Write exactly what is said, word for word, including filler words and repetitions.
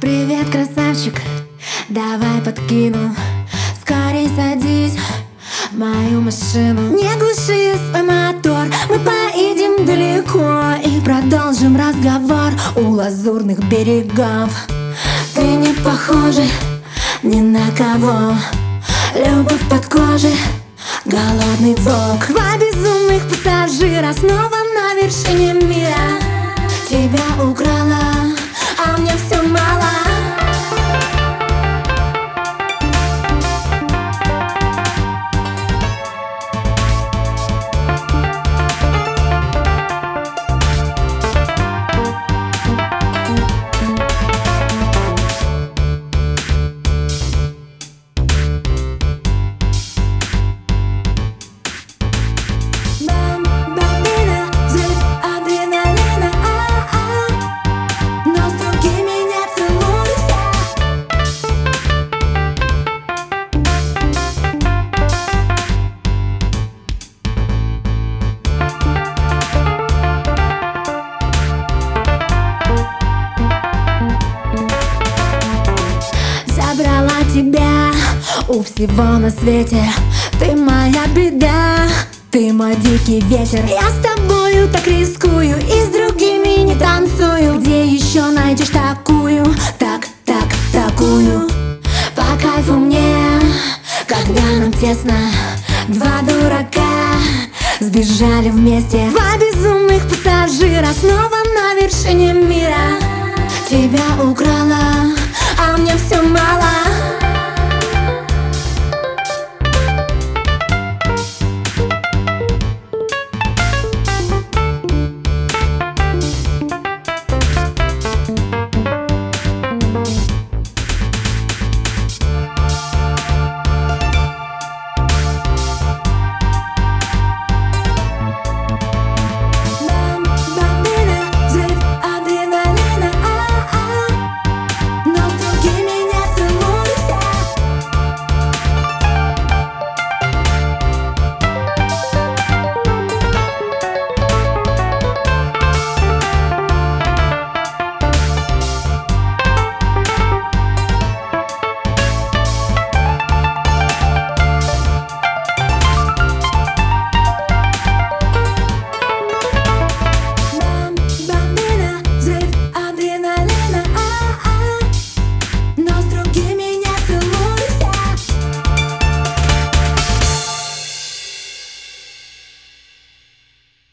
Привет, красавчик, давай подкину. Скорей садись в мою машину. Не глуши свой мотор, мы поедем далеко и продолжим разговор у лазурных берегов. Ты не похожа ни на кого, любовь под кожей, голодный волк. Два безумных пассажира снова на вершине мира. Тебя украла, а мне все мало. Забрала тебя у всего на свете. Ты моя беда, ты мой дикий ветер. Я с тобою так рискую и с другими не танцую. Где еще найдешь такую, так, так, такую? По кайфу мне, когда нам тесно. Два дурака сбежали вместе. Два безумных пассажира снова на вершине мира. Тебя украла, а мне все мало.